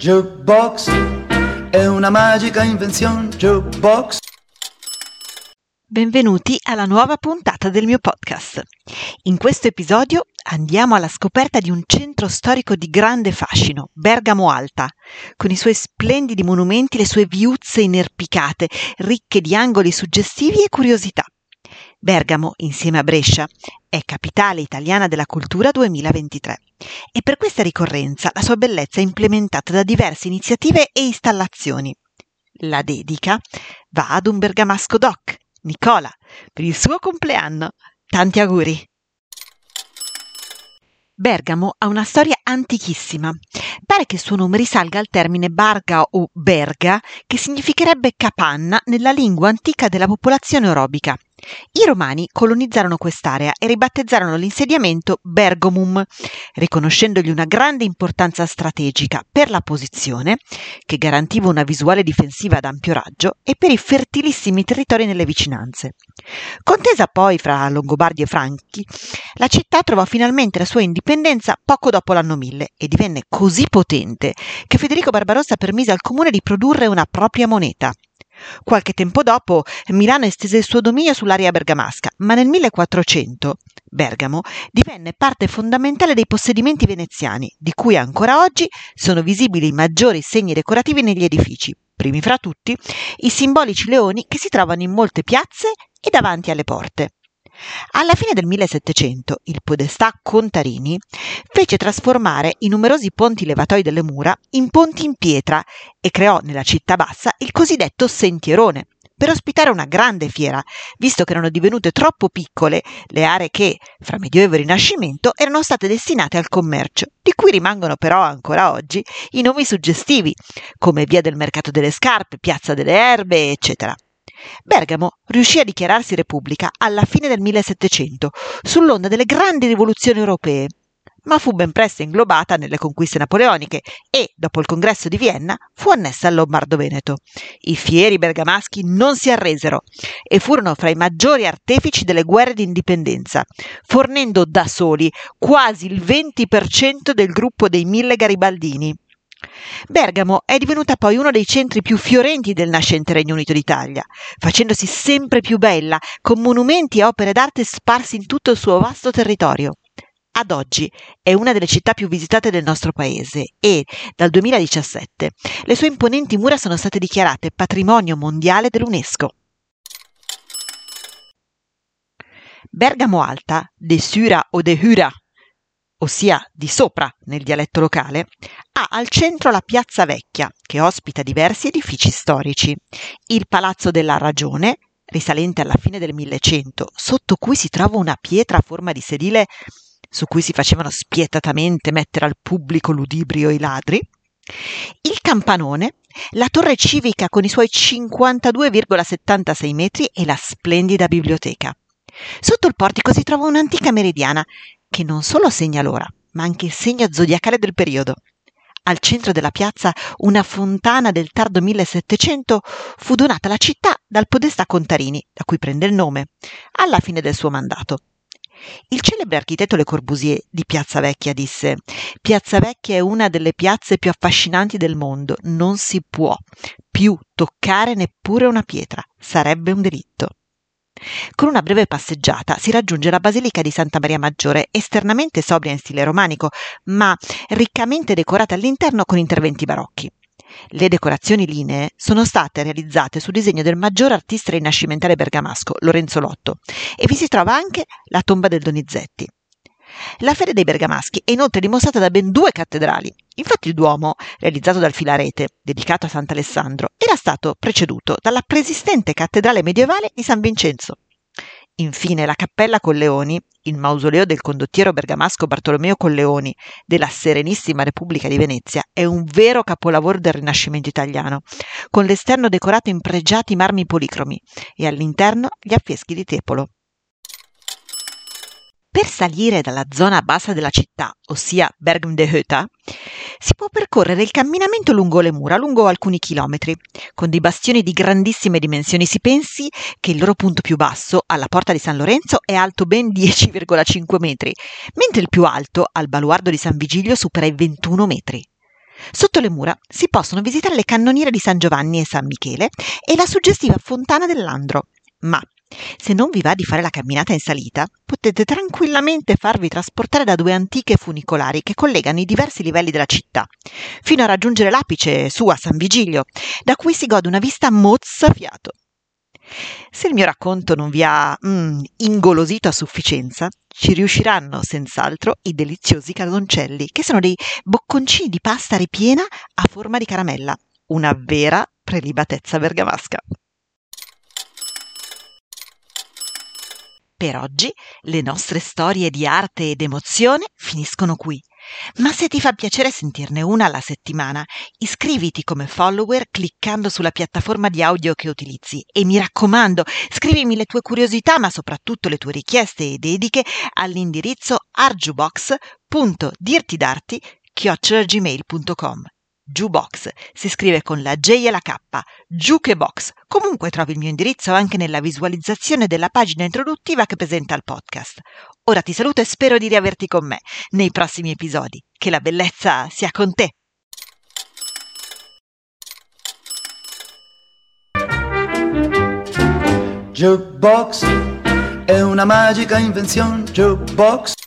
Jukebox è una magica invenzione. Jukebox. Benvenuti alla nuova puntata del mio podcast. In questo episodio andiamo alla scoperta di un centro storico di grande fascino, Bergamo Alta, con i suoi splendidi monumenti, le sue viuzze inerpicate, ricche di angoli suggestivi e curiosità. Bergamo, insieme a Brescia, è capitale italiana della cultura 2023 e per questa ricorrenza la sua bellezza è implementata da diverse iniziative e installazioni. La dedica va ad un bergamasco doc, Nicola, per il suo compleanno. Tanti auguri! Bergamo ha una storia antichissima. Pare che il suo nome risalga al termine barga o berga, che significherebbe capanna nella lingua antica della popolazione orobica. I romani colonizzarono quest'area e ribattezzarono l'insediamento Bergomum, riconoscendogli una grande importanza strategica per la posizione, che garantiva una visuale difensiva ad ampio raggio, e per i fertilissimi territori nelle vicinanze. Contesa poi fra Longobardi e Franchi, la città trovò finalmente la sua indipendenza poco dopo l'anno 1000 e divenne così potente che Federico Barbarossa permise al comune di produrre una propria moneta. Qualche tempo dopo Milano estese il suo dominio sull'area bergamasca, ma nel 1400 Bergamo divenne parte fondamentale dei possedimenti veneziani, di cui ancora oggi sono visibili i maggiori segni decorativi negli edifici, primi fra tutti i simbolici leoni che si trovano in molte piazze e davanti alle porte. Alla fine del 1700 il podestà Contarini fece trasformare i numerosi ponti levatoi delle mura in ponti in pietra e creò nella città bassa il cosiddetto sentierone per ospitare una grande fiera, visto che erano divenute troppo piccole le aree che, fra Medioevo e Rinascimento, erano state destinate al commercio, di cui rimangono però ancora oggi i nomi suggestivi, come Via del Mercato delle Scarpe, Piazza delle Erbe, eccetera. Bergamo riuscì a dichiararsi repubblica alla fine del 1700, sull'onda delle grandi rivoluzioni europee, ma fu ben presto inglobata nelle conquiste napoleoniche e, dopo il congresso di Vienna, fu annessa al Lombardo-Veneto. I fieri bergamaschi non si arresero e furono fra i maggiori artefici delle guerre di indipendenza, fornendo da soli quasi il 20% del gruppo dei 1000 garibaldini. Bergamo è divenuta poi uno dei centri più fiorenti del nascente Regno Unito d'Italia, facendosi sempre più bella, con monumenti e opere d'arte sparsi in tutto il suo vasto territorio. Ad oggi è una delle città più visitate del nostro paese e, dal 2017, le sue imponenti mura sono state dichiarate Patrimonio Mondiale dell'UNESCO. Bergamo Alta, de Sura o de Hura, ossia di sopra nel dialetto locale, ha al centro la Piazza Vecchia, che ospita diversi edifici storici. Il Palazzo della Ragione, risalente alla fine del 1100, sotto cui si trova una pietra a forma di sedile su cui si facevano spietatamente mettere al pubblico ludibrio i ladri. Il Campanone, la torre civica con i suoi 52,76 metri e la splendida biblioteca. Sotto il portico si trova un'antica meridiana, che non solo segna l'ora, ma anche il segno zodiacale del periodo. Al centro della piazza una fontana del tardo 1700 fu donata alla città dal podestà Contarini, da cui prende il nome, alla fine del suo mandato. Il celebre architetto Le Corbusier di Piazza Vecchia disse: «Piazza Vecchia è una delle piazze più affascinanti del mondo, non si può più toccare neppure una pietra, sarebbe un delitto». Con una breve passeggiata si raggiunge la Basilica di Santa Maria Maggiore, esternamente sobria in stile romanico, ma riccamente decorata all'interno con interventi barocchi. Le decorazioni lignee sono state realizzate su disegno del maggiore artista rinascimentale bergamasco, Lorenzo Lotto, e vi si trova anche la tomba del Donizetti. La fede dei bergamaschi è inoltre dimostrata da ben 2 cattedrali. Infatti il Duomo, realizzato dal Filarete, dedicato a Sant'Alessandro, era stato preceduto dalla preesistente cattedrale medievale di San Vincenzo. Infine la Cappella Colleoni, il mausoleo del condottiero bergamasco Bartolomeo Colleoni della Serenissima Repubblica di Venezia, è un vero capolavoro del Rinascimento italiano, con l'esterno decorato in pregiati marmi policromi e all'interno gli affreschi di Tiepolo. Per salire dalla zona bassa della città, ossia Bergum de Höta, si può percorrere il camminamento lungo le mura, lungo alcuni chilometri, con dei bastioni di grandissime dimensioni. Si pensi che il loro punto più basso, alla Porta di San Lorenzo, è alto ben 10,5 metri, mentre il più alto, al Baluardo di San Vigilio, supera i 21 metri. Sotto le mura si possono visitare le cannoniere di San Giovanni e San Michele e la suggestiva fontana dell'Andro. Ma se non vi va di fare la camminata in salita, potete tranquillamente farvi trasportare da 2 antiche funicolari che collegano i diversi livelli della città, fino a raggiungere l'apice su a San Vigilio, da cui si gode una vista mozzafiato. Se il mio racconto non vi ha ingolosito a sufficienza, ci riusciranno senz'altro i deliziosi canoncelli, che sono dei bocconcini di pasta ripiena a forma di caramella, una vera prelibatezza bergamasca. Per oggi le nostre storie di arte ed emozione finiscono qui. Ma se ti fa piacere sentirne una alla settimana, iscriviti come follower cliccando sulla piattaforma di audio che utilizzi e mi raccomando, scrivimi le tue curiosità ma soprattutto le tue richieste e dediche all'indirizzo argiubox.dirtidarti@gmail.com. Jukebox si scrive con la J e la K, Jukebox. Comunque trovi il mio indirizzo anche nella visualizzazione della pagina introduttiva che presenta il podcast. Ora ti saluto e spero di riaverti con me nei prossimi episodi. Che la bellezza sia con te! Jukebox è una magica invenzione. Jukebox